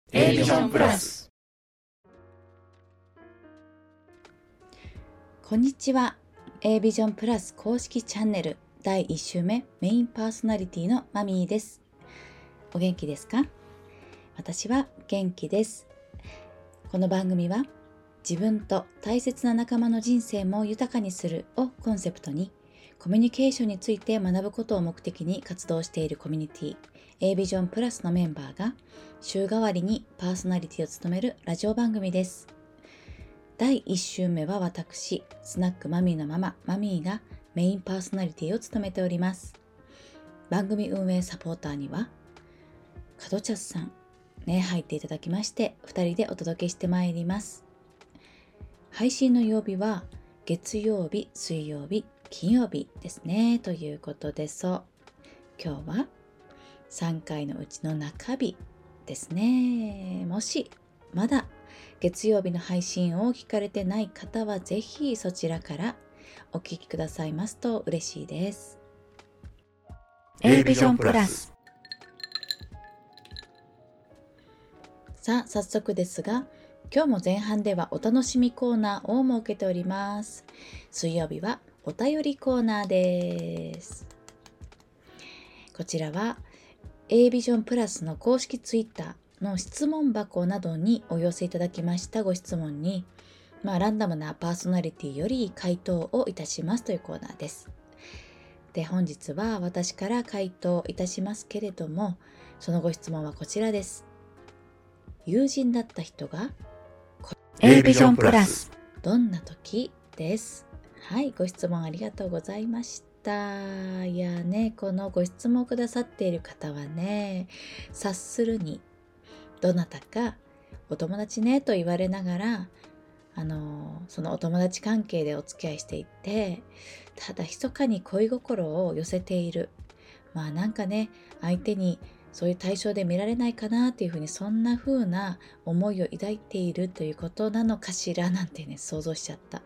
A ビジョンプラス。 こんにちは。 A ビジョンプラス公式チャンネル第1週目メインパーソナリティのマミーです。お元気ですか？私は元気です。この番組は自分と大切な仲間の人生も豊かにするをコンセプトに、コミュニケーションについて学ぶことを目的に活動しているコミュニティ A ビジョンプラスのメンバーが週替わりにパーソナリティを務めるラジオ番組です。第1週目は私、スナックマミーのママ、マミーがメインパーソナリティを務めております。番組運営サポーターには、カドチャスさん、入っていただきまして、2人でお届けしてまいります。配信の曜日は、月曜日、水曜日、金曜日ですね。ということで今日は3回のうちの中日ですね。もしまだ月曜日の配信を聞かれてない方はぜひそちらからお聞きくださいますと嬉しいです。 A ビジョンプラス。 さあ早速ですが、今日も前半ではお楽しみコーナーを設けております。水曜日はお便りコーナーです。こちらは A ビジョンプラスの公式ツイッターの質問箱などにお寄せいただきましたご質問に、ランダムなパーソナリティより回答をいたしますというコーナーです。で、本日は私から回答いたしますけれども、そのご質問はこちらです。友人だった人が A ビジョンプラス。 どんな時です。はい、ご質問ありがとうございました。いやね、このご質問をくださっている方はね、察するにどなたかお友達ねと言われながら、そのお友達関係でお付き合いしていて、ただ密かに恋心を寄せている。なんかね、相手にそういう対象で見られないかなっていうふうに、そんな風な思いを抱いているということなのかしらなんてね、想像しちゃった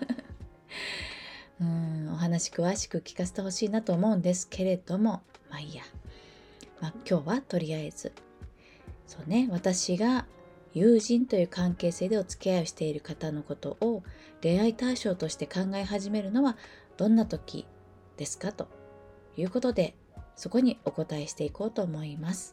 お話詳しく聞かせてほしいなと思うんですけれども、いいや、今日はとりあえずそうね、私が友人という関係性でお付き合いをしている方のことを恋愛対象として考え始めるのはどんな時ですかということで、そこにお答えしていこうと思います。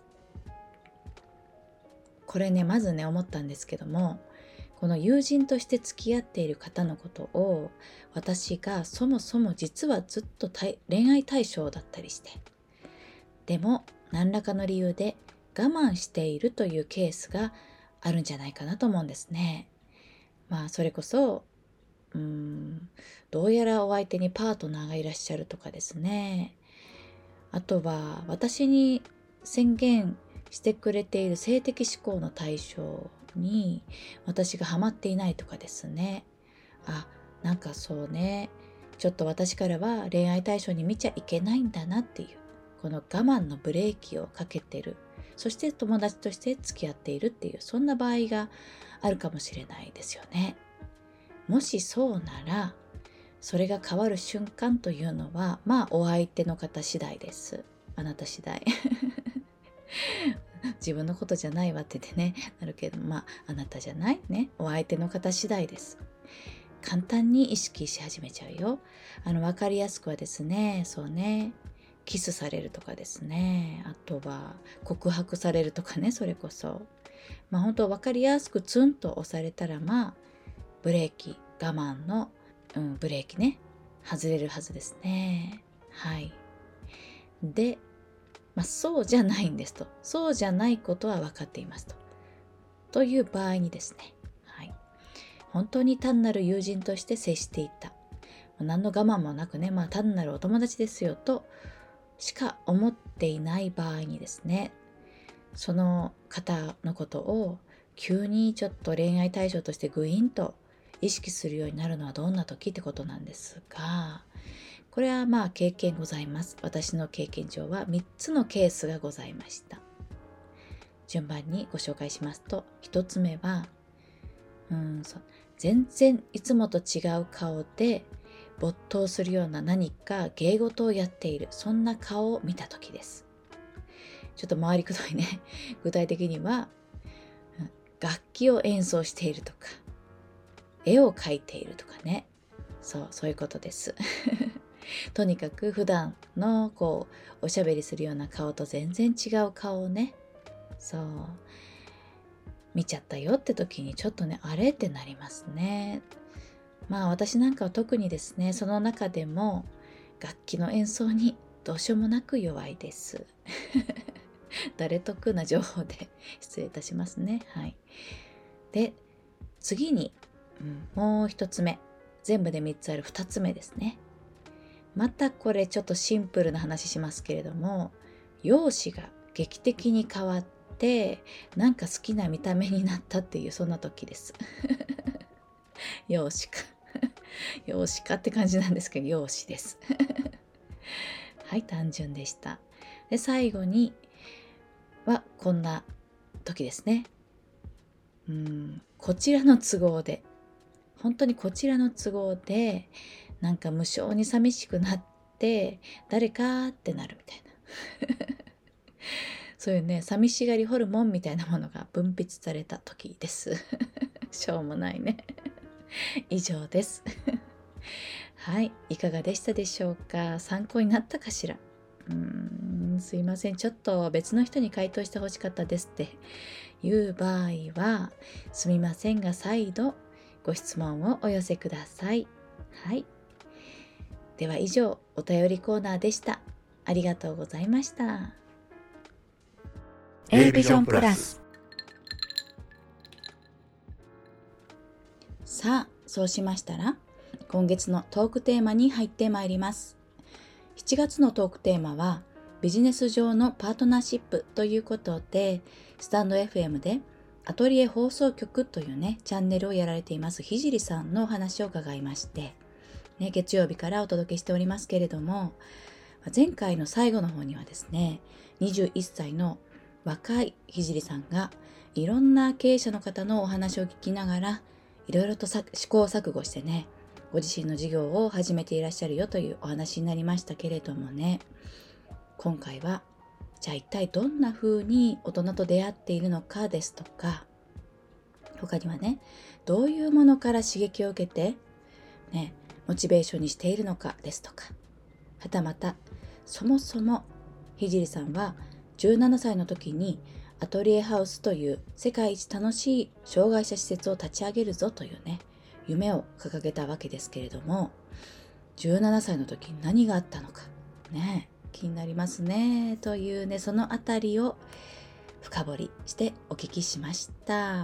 これね、まずね思ったんですけども、この友人として付き合っている方のことを私がそもそも実はずっと恋愛対象だったりして、でも何らかの理由で我慢しているというケースがあるんじゃないかなと思うんですね。それこそどうやらお相手にパートナーがいらっしゃるとかですね。あとは私に宣言してくれている性的指向の対象に私がハマっていないとかですね。なんかそうね、ちょっと私からは恋愛対象に見ちゃいけないんだなっていう、この我慢のブレーキをかけてる。そして友達として付き合っているっていう、そんな場合があるかもしれないですよね。もしそうなら、それが変わる瞬間というのは、お相手の方次第です。あなた次第自分のことじゃないわってねなるけど、あなたじゃないね、お相手の方次第です。簡単に意識し始めちゃうよ。わかりやすくはですね、そうね、キスされるとかですね、あとは告白されるとかね、それこそ本当分かりやすくツンと押されたら、ブレーキ、我慢の、ブレーキね、外れるはずですね。はい。で、そうじゃないんですと。そうじゃないことは分かっていますと。という場合にですね、はい。本当に単なる友人として接していた。何の我慢もなくね、単なるお友達ですよとしか思っていない場合にですね、その方のことを急にちょっと恋愛対象としてグインと意識するようになるのはどんな時ってことなんですが、これは経験ございます。私の経験上は3つのケースがございました。順番にご紹介しますと、1つ目は全然いつもと違う顔で没頭するような何か芸事をやっている、そんな顔を見た時です。ちょっと回りくどいね具体的には楽器を演奏しているとか、絵を描いているとかね。そういうことです。とにかく普段のおしゃべりするような顔と全然違う顔をね、見ちゃったよって時にちょっとね、あれってなりますね。私なんかは特にですね、その中でも楽器の演奏にどうしようもなく弱いです。誰得な情報で失礼いたしますね。はい。で、次に、もう一つ目、全部で3つある2つ目ですね。またこれちょっとシンプルな話しますけれども、容姿が劇的に変わってなんか好きな見た目になったっていうそんな時です。容姿か容姿かって感じなんですけど、容姿です。はい、単純でした。で、最後にはこんな時ですね。こちらの都合で、本当にこちらの都合でなんか無性に寂しくなって誰かってなるみたいなそういうね、寂しがりホルモンみたいなものが分泌された時です。しょうもないね。以上です。はい、いかがでしたでしょうか。参考になったかしら。すいません、ちょっと別の人に回答してほしかったですっていう場合は、すみませんが再度ご質問をお寄せください。はい。では以上、お便りコーナーでした。ありがとうございました。 A ビジョンプラス。 さあ、そうしましたら、今月のトークテーマに入ってまいります。7月のトークテーマは、ビジネス上のパートナーシップということで、スタンド FM でアトリエ放送局というね、チャンネルをやられていますひじりさんのお話を伺いまして、月曜日からお届けしておりますけれども、前回の最後の方にはですね、21歳の若いひじりさんがいろんな経営者の方のお話を聞きながら、いろいろと試行錯誤してね、ご自身の事業を始めていらっしゃるよというお話になりましたけれどもね、今回はじゃあ一体どんな風に大人と出会っているのかですとか、他にはね、どういうものから刺激を受けてね、モチベーションにしているのかですとか、はたまたそもそもひじりさんは17歳の時にアトリエハウスという世界一楽しい障害者施設を立ち上げるぞというね、夢を掲げたわけですけれども、17歳の時に何があったのかね、気になりますねというね、そのあたりを深掘りしてお聞きしました。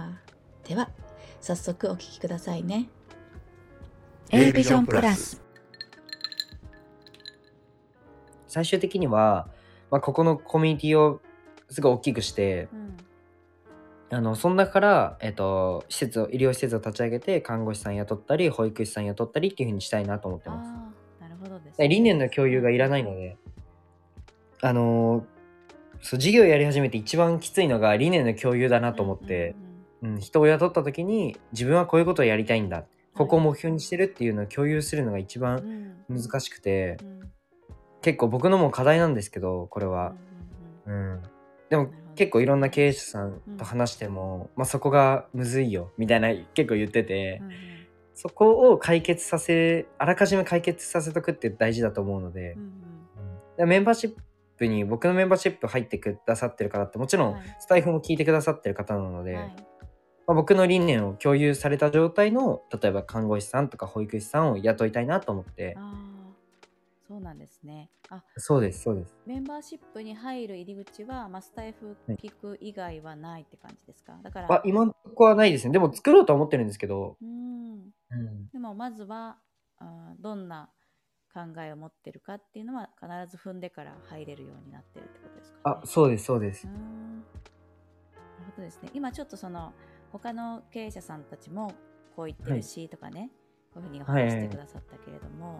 では早速お聞きくださいね。 A ビジョンプラス。 最終的には、ここのコミュニティをすごい大きくして、その中から、医療施設を立ち上げて看護師さん雇ったり保育士さん雇ったりっていう風にしたいなと思ってます。 なるほどですね。 理念の共有がいらないので、事業やり始めて一番きついのが理念の共有だなと思って、人を雇った時に自分はこういうことをやりたいんだ、ここを目標にしてるっていうのを共有するのが一番難しくて、結構僕のも課題なんですけど、これは、でも結構いろんな経営者さんと話しても、そこがむずいよみたいな結構言ってて、そこをあらかじめ解決させとくって大事だと思うので、メンバーシップに僕のメンバーシップ入ってくださってる方ってもちろんスタイフも聞いてくださってる方なので、僕の理念を共有された状態の例えば看護師さんとか保育士さんを雇いたいなと思って。 そうなんですね。 そうです。 メンバーシップに入る入り口は、スタイフ聞く以外はないって感じですか？だから今のとこはないですね。でも作ろうとは思ってるんですけど、 でもまずはどんな考えを持ってるかっていうのは必ず踏んでから入れるようになってるってことですかね。 そうです。 なるほどですね。今ちょっとその他の経営者さんたちもこう言ってるしとかね、こういうふうにお話してくださったけれども、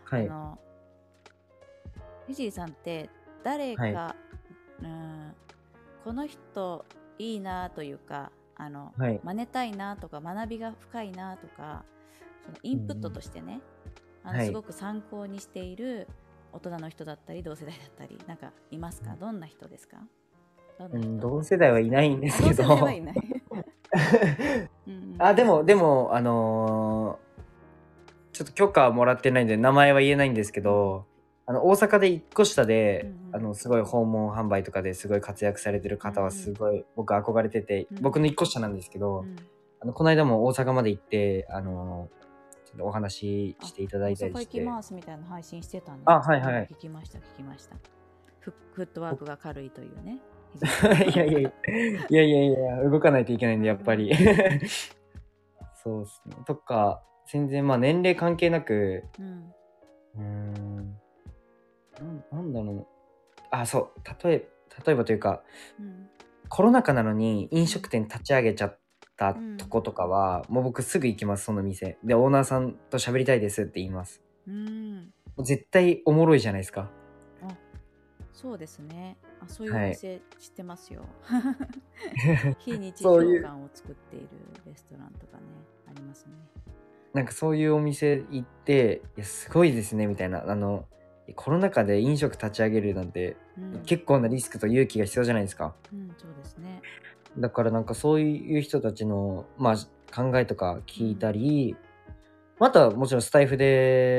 ひじりさんって誰か、この人いいなというか、真似たいなとか学びが深いなとか、そのインプットとしてね、すごく参考にしている大人の人だったり同世代だったりなんかいますか？どんな人ですか？ 同世代はいないんですけどでもちょっと許可はもらってないんで名前は言えないんですけど、大阪で1個下で、すごい訪問販売とかですごい活躍されてる方はすごい僕憧れてて、僕の1個下なんですけど、この間も大阪まで行って、ちょっとお話ししていただいたりして。 大阪行きますみたいな配信してたね。 はいはい。 聞きました。フットワークが軽いというね。 いや、動かないといけないんで、やっぱり。そうですね。とか、全然年齢関係なく、なんだろう。そう。例えばというか、コロナ禍なのに飲食店立ち上げちゃったとことかは、もう僕すぐ行きます、その店。で、オーナーさんと喋りたいですって言います。絶対おもろいじゃないですか。 そうですね。そういうお店知ってますよ。非日常感を作っているレストランとかね、ありますね。 なんかそういうお店行って、いやすごいですねみたいな、コロナ禍で飲食立ち上げるなんて、結構なリスクと勇気が必要じゃないですか。 そうですね。 だからなんかそういう人たちの考えとか聞いたり、あとはもちろんスタイフ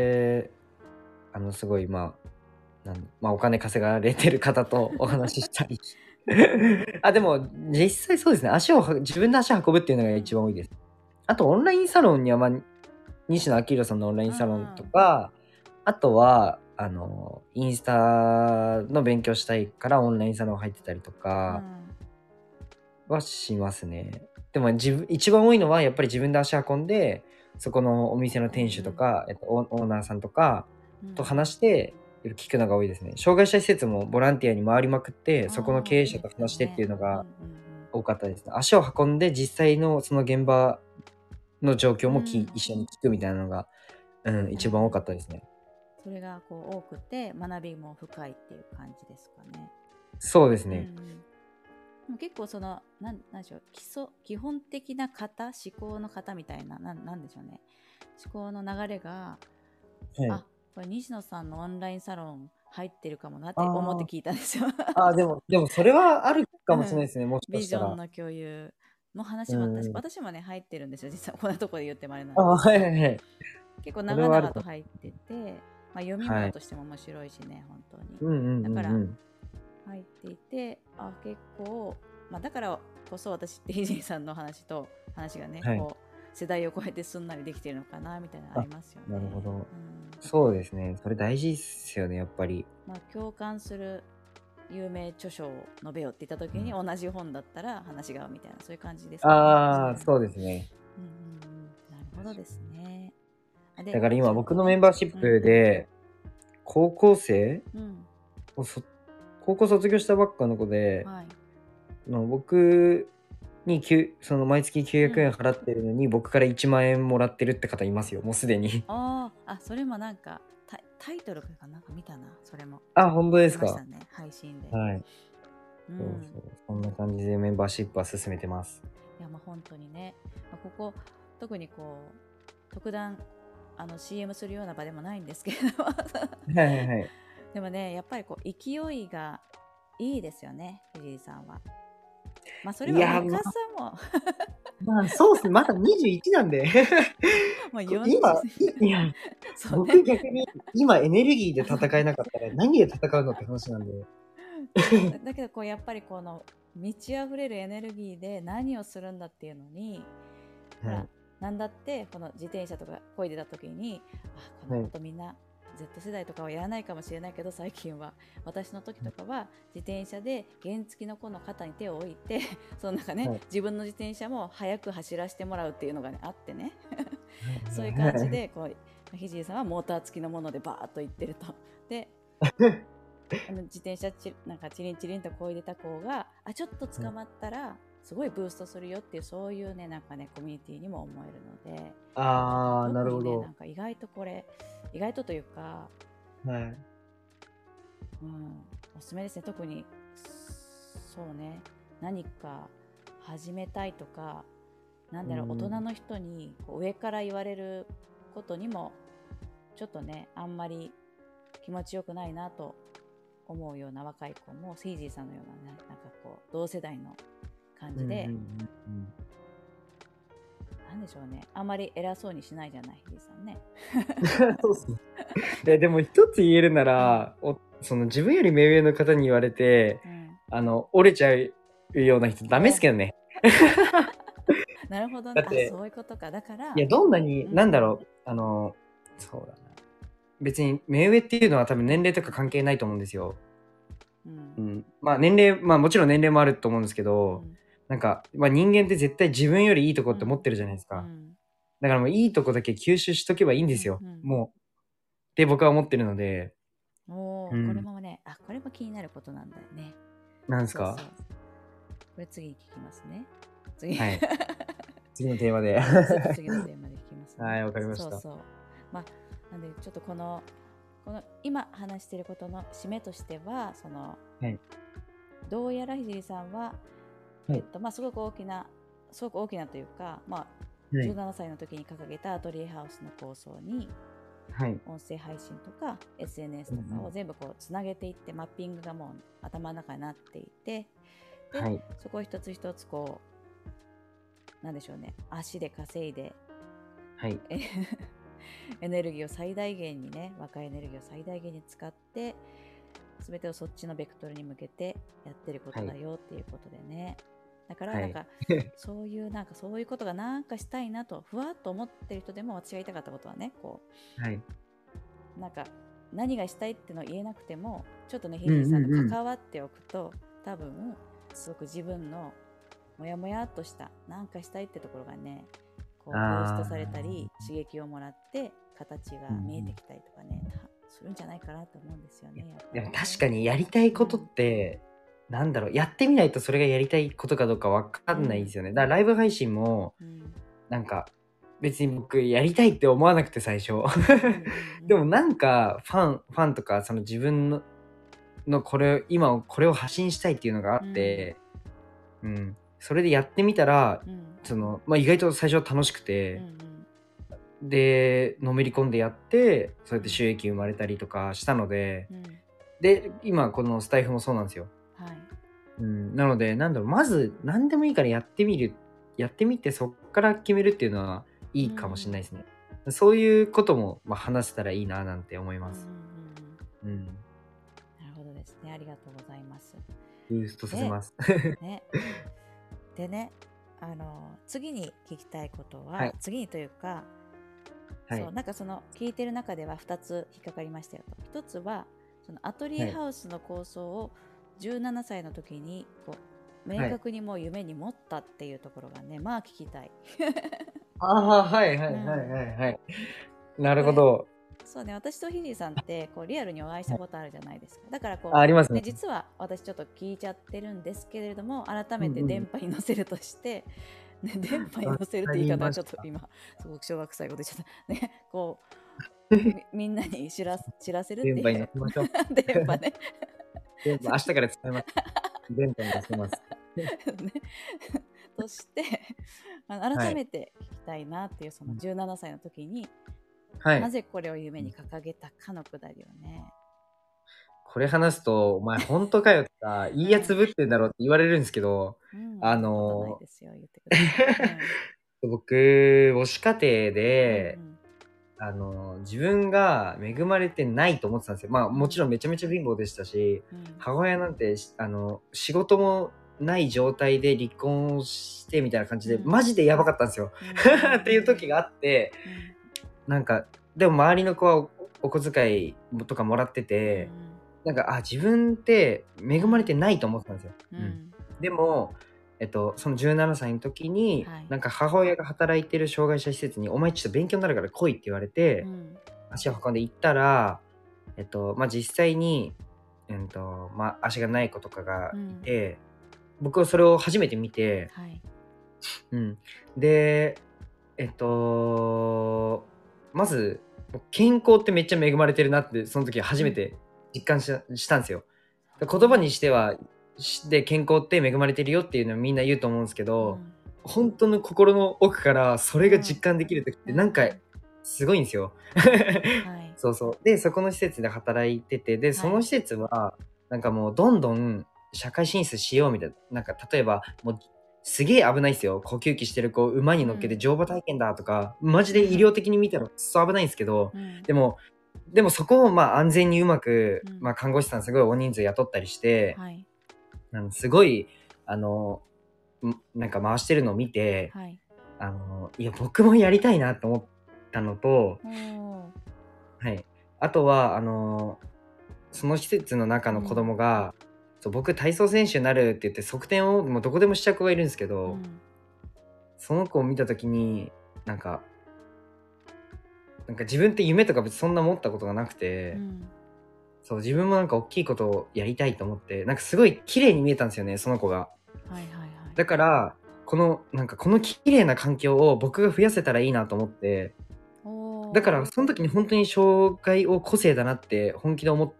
ですごいお金稼がれてる方とお話ししたりでも実際そうですね、自分で足運ぶっていうのが一番多いです。あとオンラインサロンには西野昭弘さんのオンラインサロンとか、あとはインスタの勉強したいからオンラインサロン入ってたりとかはしますね。でも一番多いのはやっぱり自分で足運んで、そこのお店の店主とか、オーナーさんとかと話して聞くのが多いですね。障害者施設もボランティアに回りまくって、そこの経営者と話してっていうのが多かったですね。足を運んで実際のその現場の状況も一緒に聞くみたいなのが、一番多かったですね。 それが多くて学びも深いっていう感じですかね。 そうですね。 結構なんでしょう、基本的な思考の型みたいな、なんでしょうね、思考の流れが、これ西野さんのオンラインサロン入ってるかもなって思って聞いたんですよ。 でもそれはあるかもしれないですね、もしかしたら。 ビジョンの共有の話もあったし、私もね入ってるんですよ、実は。こんなところで言ってもあれなんですけど、結構長々と入ってて、読み物としても面白いしね、本当に。だから入っていて、結構、だからこそ私ってひじりさんの話がね、世代を超えてすんなりできてるのかなみたいなのありますよね。 なるほど。そうですね。それ大事ですよね、やっぱり。 共感する有名著書を述べよって言った時に、同じ本だったら話が合うみたいな、そういう感じですかね。そうですね。 なるほどですね。 だから今僕のメンバーシップで高校生、高校卒業したばっかの子で、僕にその毎月900円払ってるのに、僕から1万円もらってるって方いますよ、もうすでに。 それもなんかタイトルかなんか見たな、それも。 本当ですか。 配信で。 そんな感じでメンバーシップは進めてます。 いや本当にね、ここ特に特段CM するような場でもないんですけれどでもね、やっぱり勢いがいいですよね、藤井さんは。それは若さもそうですね、まだ21なんで僕逆に今エネルギーで戦えなかったら何で戦うのって話なんでだけどやっぱりこの満ち溢れるエネルギーで何をするんだっていうのに、ほらなんだってこの自転車とか漕いでた時に、このことみんなZ 世代とかはやらないかもしれないけど、最近は私の時とかは自転車で原付の子の肩に手を置いてその中ね、自分の自転車も速く走らせてもらうっていうのが、あってねそういう感じでひじりさんはモーター付きのものでバーッと行ってると。で自転車なんかチリンチリンと漕いでた子がちょっと捕まったらすごいブーストするよっていう、そういうねなんかねコミュニティにも思えるので、 なるほど。 なんか意外とというか、おすすめですね。特にそうね、何か始めたいとか、大人の人に上から言われることにもちょっとねあんまり気持ちよくないなと思うような若い子も、セイジーさんのようなね、なんか同世代の感じで、 なんでしょうね、あまり偉そうにしないじゃない、ひじさんね。 そうそう。でも一つ言えるなら、その自分より目上の方に言われて、折れちゃうような人ダメですけどね。 なるほどね。 だってそういうことか。だから。 いや、どんなに、なんだろう、そうだな。別に目上っていうのは多分年齢とか関係ないと思うんですよ。まあ年齢、まあもちろん年齢もあると思うんですけど、なんか、まあ人間って絶対自分よりいいとこって持ってるじゃないですか。だからもういいとこだけ吸収しとけばいいんですよ。もう。って僕は思ってるので。 これもね、これも気になることなんだよね。 なんですか？ これ次に聞きますね。次。 はい。次のテーマで。 次のテーマで聞きますね。 はい、わかりました。 そうそう。まあ、なんでちょっとこの今話していることの締めとしては、 はい、 どうやらひじりさんは、まあすごく大きなというか、まあ、17歳の時に掲げたアトリエハウスの構想に、音声配信とか SNS とかを全部こうつなげていって、マッピングがもう頭の中になっていて、で、そこを一つ一つこうなんでしょうね、足で稼いで、エネルギーを最大限にね、若いエネルギーを最大限に使って全てをそっちのベクトルに向けてやってることだよっていうことでね。だからなんか、そういうことがなんかしたいなとふわっと思ってる人でも、私が言いたかったことはね、こう、なんか何がしたいってのを言えなくても、ちょっとね、ひじりさんと関わっておくと、多分すごく自分のもやもやっとしたなんかしたいってところがね、こうブーストされたり刺激をもらって形が見えてきたりとかね、するんじゃないかなと思うんですよね。 でも確かにやりたいことって、なんだろう、やってみないとそれがやりたいことかどうか分かんないですよね。だからライブ配信も、なんか別に僕やりたいって思わなくて最初。でもなんかファンとかその自分の今これを発信したいっていうのがあって、それでやってみたら、まあ、意外と最初は楽しくて、でのめり込んでやって、そうやって収益生まれたりとかしたので、で今このスタイフもそうなんですよ。なのでなんだろう、まず何でもいいからやってみてそっから決めるっていうのはいいかもしれないですね。そういうことも、まあ、話せたらいいななんて思います。 なるほどですね。ありがとうございます。 ブーストさせます。 でね、次に聞きたいことは、次にというか、そうなんかその聞いてる中では2つ引っかかりましたよと。1つはそのアトリエハウスの構想を17歳の時にこう明確にもう夢に持ったっていうところがね、まあ聞きたい。 なるほど。 そうね、私とひじさんってこうリアルにお会いしたことあるじゃないですか。だからこうありますね。 実は私ちょっと聞いちゃってるんですけれども、改めて電波に乗せるとして、電波に乗せるって言い方はちょっと今すごく小学生こと言っちゃったね。こうみんなに知らせるっていう電波に乗せましょう。 電波ね。 明日から使います。電波に乗せます。 として改めて聞きたいなっていう、その17歳の時に、なぜこれを夢に掲げたかのくだりをね。 これ話すと、お前本当かよとか、いいやつぶってんだろって言われるんですけど、僕、母子家庭で、自分が恵まれてないと思ってたんですよ。まあもちろんめちゃめちゃ貧乏でしたし、母親なんて仕事もない状態で離婚してみたいな感じで、マジでやばかったんですよ。っていう時があって、なんかでも周りの子はお小遣いとかもらってて、なんか自分って恵まれてないと思ってたんですよ。でもその17歳の時に、なんか母親が働いてる障害者施設に、お前ちょっと勉強になるから来いって言われて、足を運んで行ったら、まあ、実際に、まあ、足がない子とかがいて、僕はそれを初めて見て、で、まず健康ってめっちゃ恵まれてるなって、その時初めて実感したんですよ。言葉にしてはで健康って恵まれてるよっていうのはみんな言うと思うんですけど、本当の心の奥からそれが実感できる時ってなんかすごいんですよ。そうそう。でそこの施設で働いてて、でその施設はなんかもうどんどん社会進出しようみたいな、なんか例えばもうすげえ危ないですよ。呼吸器してる子を馬に乗っけて乗馬体験だとか、マジで医療的に見たらくっそ危ないんですけど、でもそこをまあ安全にうまく、まあ看護師さんすごい大人数雇ったりして、すごい、なんか回してるのを見て、いや、僕もやりたいなと思ったのと、はい。あとは、その施設の中の子供が、そう僕体操選手になるって言って側転をもうどこでもしちゃう子がいるんですけど、その子を見た時になんか自分って夢とか別にそんな持ったことがなくて、そう自分もなんか大きいことをやりたいと思って、なんかすごい綺麗に見えたんですよね、その子が。だからこの綺麗な環境を僕が増やせたらいいなと思って、だからその時に本当に障害を個性だなって本気で思って、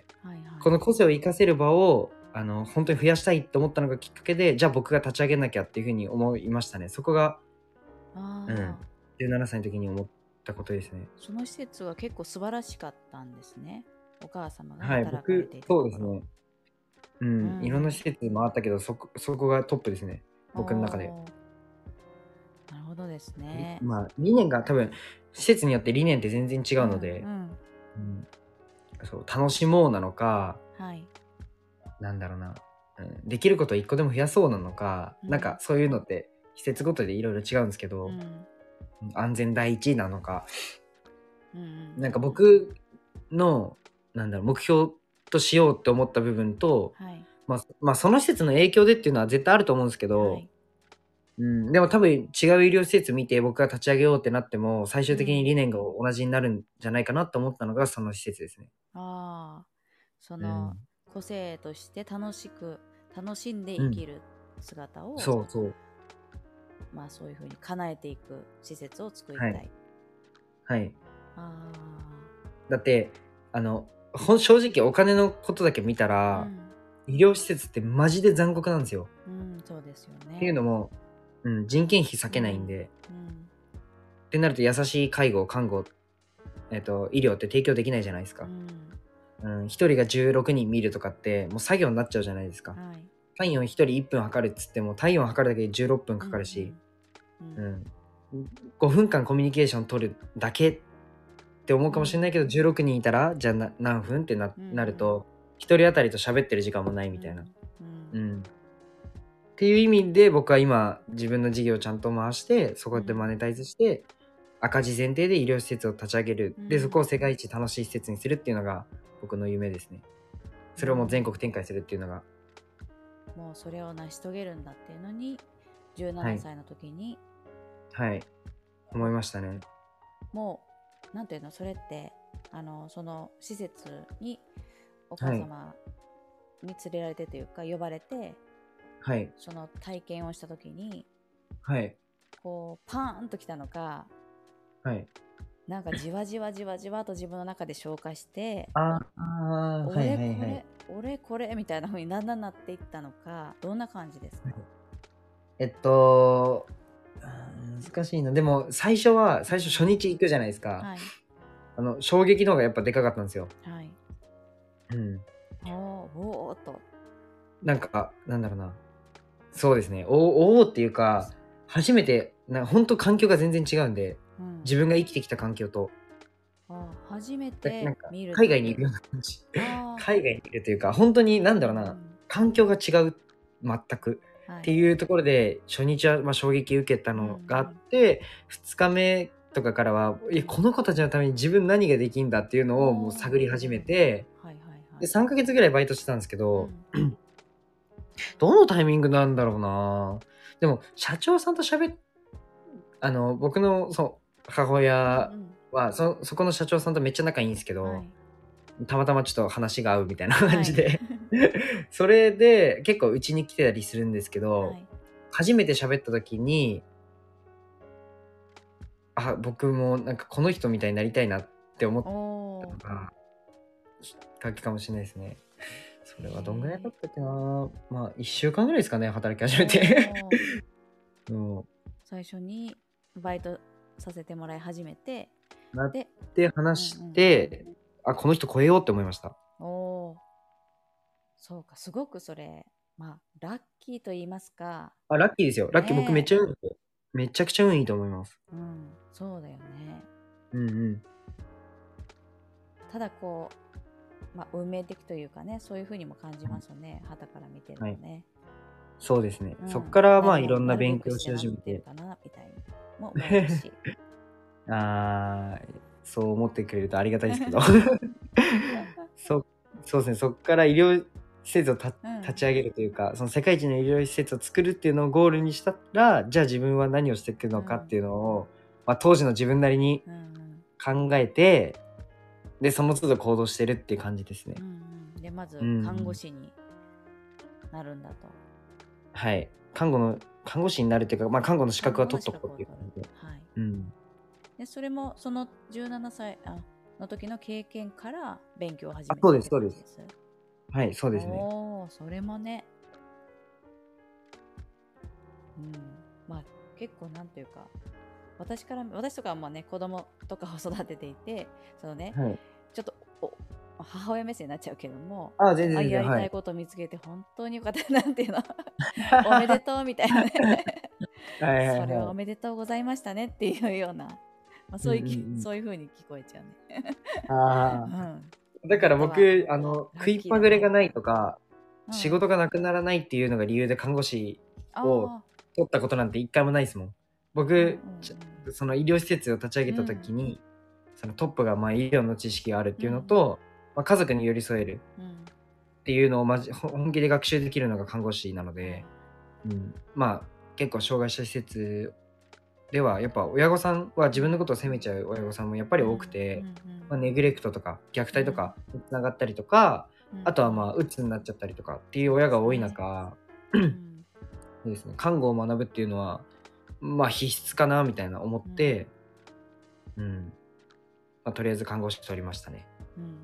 この個性を生かせる場を本当に増やしたいと思ったのがきっかけで、じゃあ僕が立ち上げなきゃっていうふうに思いましたね。そこが、17歳の時に思ったことですね。 その施設は結構素晴らしかったんですね。お母様がはい、 働かれていたところ。 そうですね。いろんな施設回ったけど、そこがトップですね。僕の中で。 なるほどですね。 まあ理念が多分施設によって理念って全然違うので、そう楽しもうなのか、なんだろうな、できることを一個でも増やそうなのか、なんかそういうのって施設ごとでいろいろ違うんですけど、安全第一なのか、なんか僕の目標としようって思った部分と、まあその施設の影響でっていうのは絶対あると思うんですけど、でも多分違う医療施設見て僕が立ち上げようってなっても最終的に理念が同じになるんじゃないかなと思ったのがその施設ですね。 その個性として楽しんで生きる姿を、まあそういうふうに叶えていく施設を作りたい。 はい。だって正直お金のことだけ見たら、医療施設ってマジで残酷なんですよ。 そうですよね。 っていうのも、人件費避けないんで、ってなると優しい介護看護、医療って提供できないじゃないですか。1人が16人見るとかってもう作業になっちゃうじゃないですか。体温1人1分測るっつっても体温測るだけで16分かかるし、5分間コミュニケーション取るだけって思うかもしれないけど、16人いたらじゃあ何分ってなると1人当たりと喋ってる時間もないみたいな、っていう意味で僕は今自分の事業をちゃんと回してそこでマネタイズして、赤字前提で医療施設を立ち上げる、でそこを世界一楽しい施設にするっていうのが僕の夢ですね。それをもう全国展開するっていうのが、 もうそれを成し遂げるんだっていうのに17歳の時に、 思いましたね。 もうなんていうの、それってその施設にお母様に連れられてというか呼ばれて、その体験をした時に、こうパーンときたのか、なんかじわじわじわじわと自分の中で消化して、俺これみたいな風にだんだんなっていったのか、どんな感じですか？ 難しいな。でも最初初日行くじゃないですか。衝撃の方がやっぱでかかったんですよ。 おーっと。 なんかなんだろうな。そうですね。おおっていうか、初めて本当環境が全然違うんで、自分が生きてきた環境と。 初めて見る。 海外にいるような感じ。海外にいるというか、本当になんだろうな、環境が違う、全く。っていうところで、初日はまあ衝撃受けたのがあって、2日目とかからは、この子たちのために自分何ができるんだっていうのをもう探り始めて、で3ヶ月ぐらいバイトしてたんですけど、どのタイミングなんだろうな。でも社長さんと僕の母親はそこの社長さんとめっちゃ仲いいんですけど、たまたまちょっと話が合うみたいな感じで、それで結構うちに来てたりするんですけど、初めて喋った時に、僕もなんかこの人みたいになりたいなって思ったのがきっかけかもしれないですね。それはどんぐらいだったっけな。まあ1週間ぐらいですかね、働き始めて。 最初にバイトさせてもらい始めてなって話して、この人超えようって思いました。 そうか、すごくそれラッキーと言いますか、 あ、ラッキーですよ。ラッキー、僕めっねちゃ運いいですよ。めちゃくちゃ運いいと思います。 そうだよね。 うんうん。 ただこう、運命的というかね、そういうふうにも感じますよね、傍から見てるとね。 そうですね。そっからいろんな勉強しな始めて。 るべくしてなってるかなみたいにも思うし。 そう思ってくれるとありがたいですけど。そうですね。そっから医療施設を立ち上げるというか、その世界一の医療施設を作るっていうのをゴールにしたら、じゃあ自分は何をしていくのかっていうのを、当時の自分なりに考えて、で、その都度行動してるっていう感じですね。 で、まず看護師になるんだと。 はい。看護師になるっていうか、看護の資格は取っとこうっていう感じで。 で、それもその17歳の時の経験から勉強を始めてそうです、そうです。はい、そうですね。 それもね。結構なんていうか、私とかはもうね、子供とかを育てていて、そのね、ちょっと母親目線になっちゃうけども、 全然やりたいことを見つけて本当によかったなんていうのおめでとうみたいなねそれはおめでとうございましたねっていうような、そういう風に聞こえちゃうね。 だから僕食いっぱぐれがないとか、仕事がなくならないっていうのが理由で看護師を取ったことなんて一回もないですもん。僕、その医療施設を立ち上げた時に、そのトップが医療の知識があるっていうのと、家族に寄り添えるっていうのを本気で学習できるのが看護師なので、結構障害者施設ではやっぱ親御さんは自分のことを責めちゃう親御さんもやっぱり多くて、ネグレクトとか虐待とかにつながったりとか、あとは鬱になっちゃったりとかっていう親が多い中、ですね、看護を学ぶっていうのは必須かなみたいな思って、とりあえず看護師取りましたね。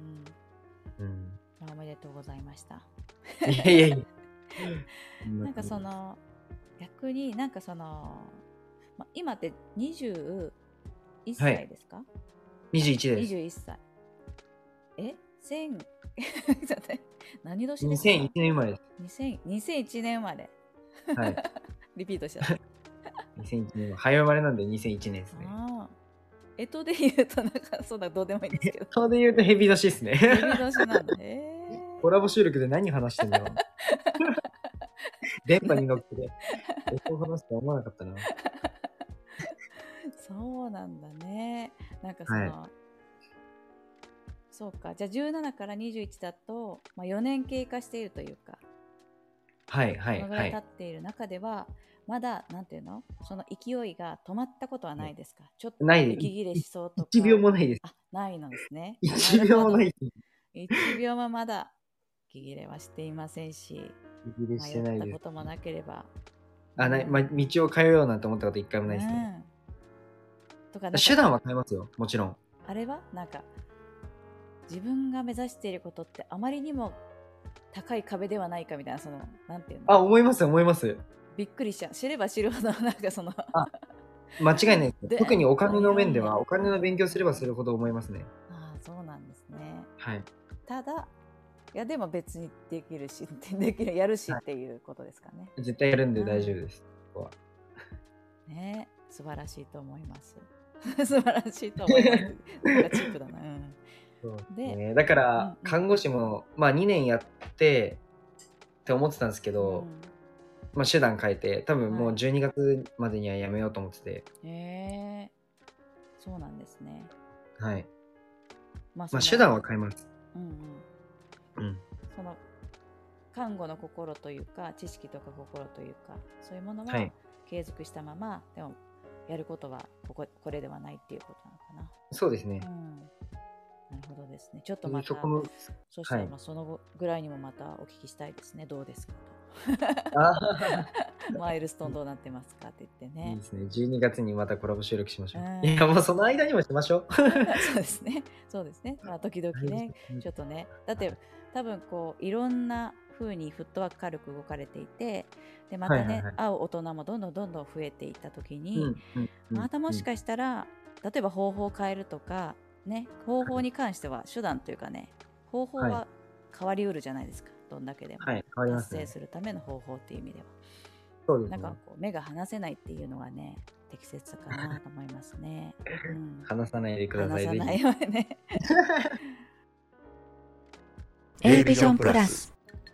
おめでとうございました。 いやいやいやなんかその逆になんかその、今って21歳ですか ？21です。 21歳。何年ですか ？2001年生まれです。 2001年生まれ。 はい。 リピートしちゃった。 2001年早生まれなんで2001年ですね。 干支で言うとなんかそうだどうでもいいんですけど。 干支で言うとヘビ年ですね。 ヘビ年なんだ。 コラボ収録で何話してんだろう。電波に乗ってて、干支話すと思わなかったな。 そうなんだね。なんかその、そうか。じゃあ17から21だと、4年経過しているというか、このぐらい経っている中では、まだなんていうの、その勢いが止まったことはないですか？ちょっと息切れしそうとか。 1秒もないです。 ないのですね。 1秒もないです。 1秒もまだ息切れはしていませんし、 迷ったこともなければ。 道を変えようなんて思ったこと一回もないですね。とか手段は変えますよ、もちろん。 あれはなんか自分が目指していることってあまりにも高い壁ではないかみたいな、そのなんていうの？ 思います思います。 びっくりしちゃう。知れば知るほどなんかその間違いないです。特にお金の面ではお金の勉強すればするほど思いますね。 そうなんですね。 はい。 ただいやでも別にできるしやるしっていうことですかね。 絶対やるんで大丈夫です。ここはね、素晴らしいと思います。素晴らしいと思います。なんかチープだな。 で、だから看護師も2年やってって思ってたんですけど、手段変えて多分もう12月までにはやめようと思ってて。 そうなんですね。 はい。手段は変えます。 その看護の心というか知識とか心というかそういうものは継続したまま、でもやることはこれではないっていうことなのかな。 そうですね。 なるほどですね。ちょっとまたそしたらそのぐらいにもまたお聞きしたいですね。どうですかと。マイルストーンどうなってますかって言ってね。 いいですね。12月にまたコラボ収録しましょう。いやもうその間にもしましょう。 そうですね。そうですね。時々ね、ちょっとね。だって多分こういろんな風にフットワーク軽く動かれていて、でまたね、会う大人もどんどん増えていった時に、またもしかしたら例えば方法を変えるとかね、方法に関しては手段というかね、方法は変わりうるじゃないですか。どんだけでも。 変変わりますね。 達成するための方法っていう意味では、 そうですね。 なんかこう目が離せないっていうのがね適切かなと思いますね。 離さないでください。 離さないようにね。 A ビジョンプラス。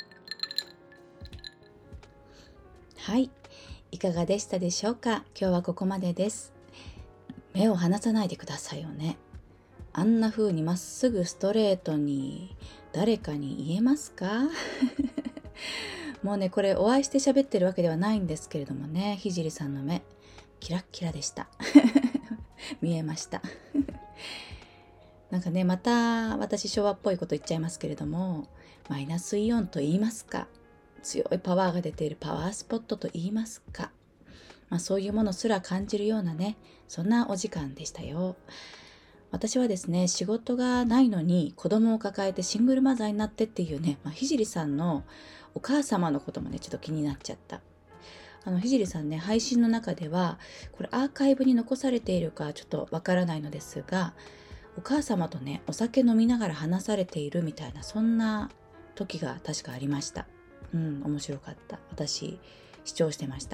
はい、いかがでしたでしょうか。今日はここまでです。目を離さないでくださいよね。あんな風にまっすぐストレートに誰かに言えますか？もうね、これお会いして喋ってるわけではないんですけれどもね、ひじりさんの目キラッキラでした見えましたなんかね、また私昭和っぽいこと言っちゃいますけれども、マイナスイオンと言いますか、強いパワーが出ているパワースポットと言いますか、そういうものすら感じるようなね、そんなお時間でしたよ。私はですね、仕事がないのに子供を抱えてシングルマザーになってっていうね、ひじりさんのお母様のこともねちょっと気になっちゃった。ひじりさんね、配信の中ではこれアーカイブに残されているかちょっとわからないのですが、お母様とねお酒飲みながら話されているみたいな、そんな時が確かありました。面白かった。私視聴してました。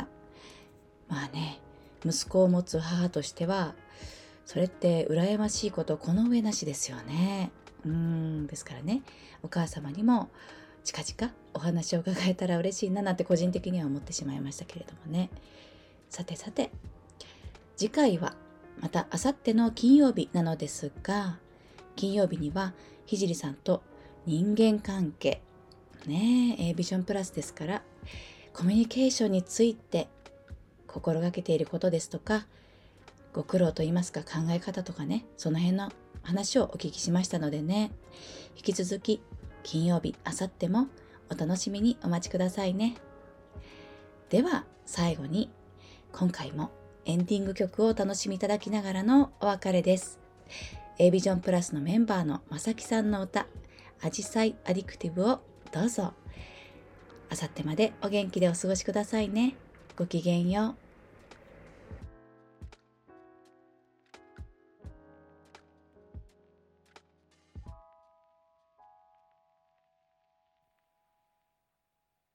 息子を持つ母としてはそれって羨ましいことこの上なしですよね。ですからね、お母様にも近々お話を伺えたら嬉しいななんて個人的には思ってしまいましたけれどもね。さてさて、次回はまた明後日の金曜日なのですが、金曜日にはひじりさんと人間関係ね、ビジョンプラスですから、コミュニケーションについて心がけていることですとか、ご苦労といいますか考え方とかね、その辺の話をお聞きしましたのでね、引き続き金曜日、明後日もお楽しみにお待ちくださいね。では最後に今回もエンディング曲をお楽しみいただきながらのお別れです。A ビジョンプラスのメンバーのまさきさんの歌、アジサイアディクティブをどうぞ。明後日までお元気でお過ごしくださいね。ごきげんよう。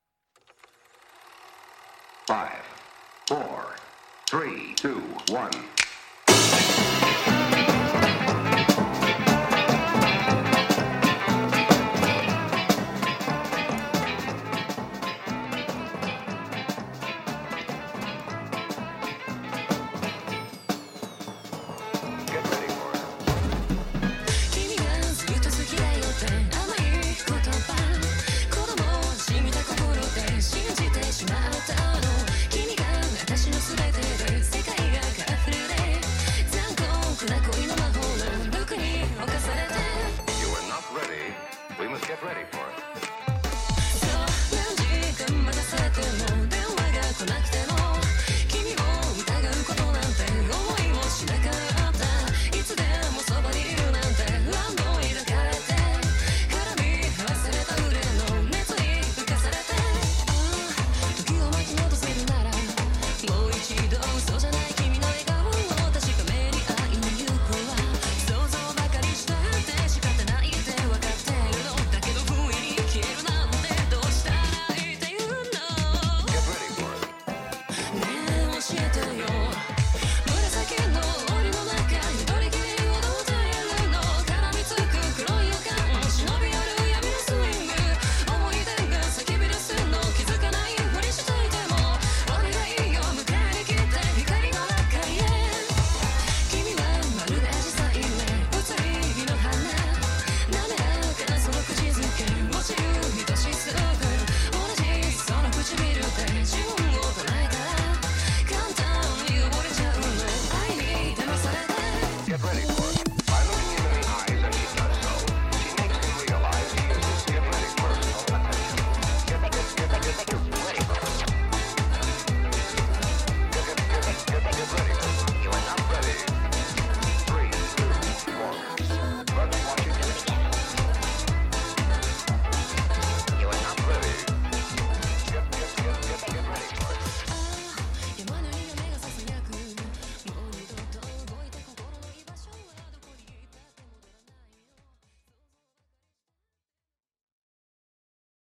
5, 4, 3, 2, 1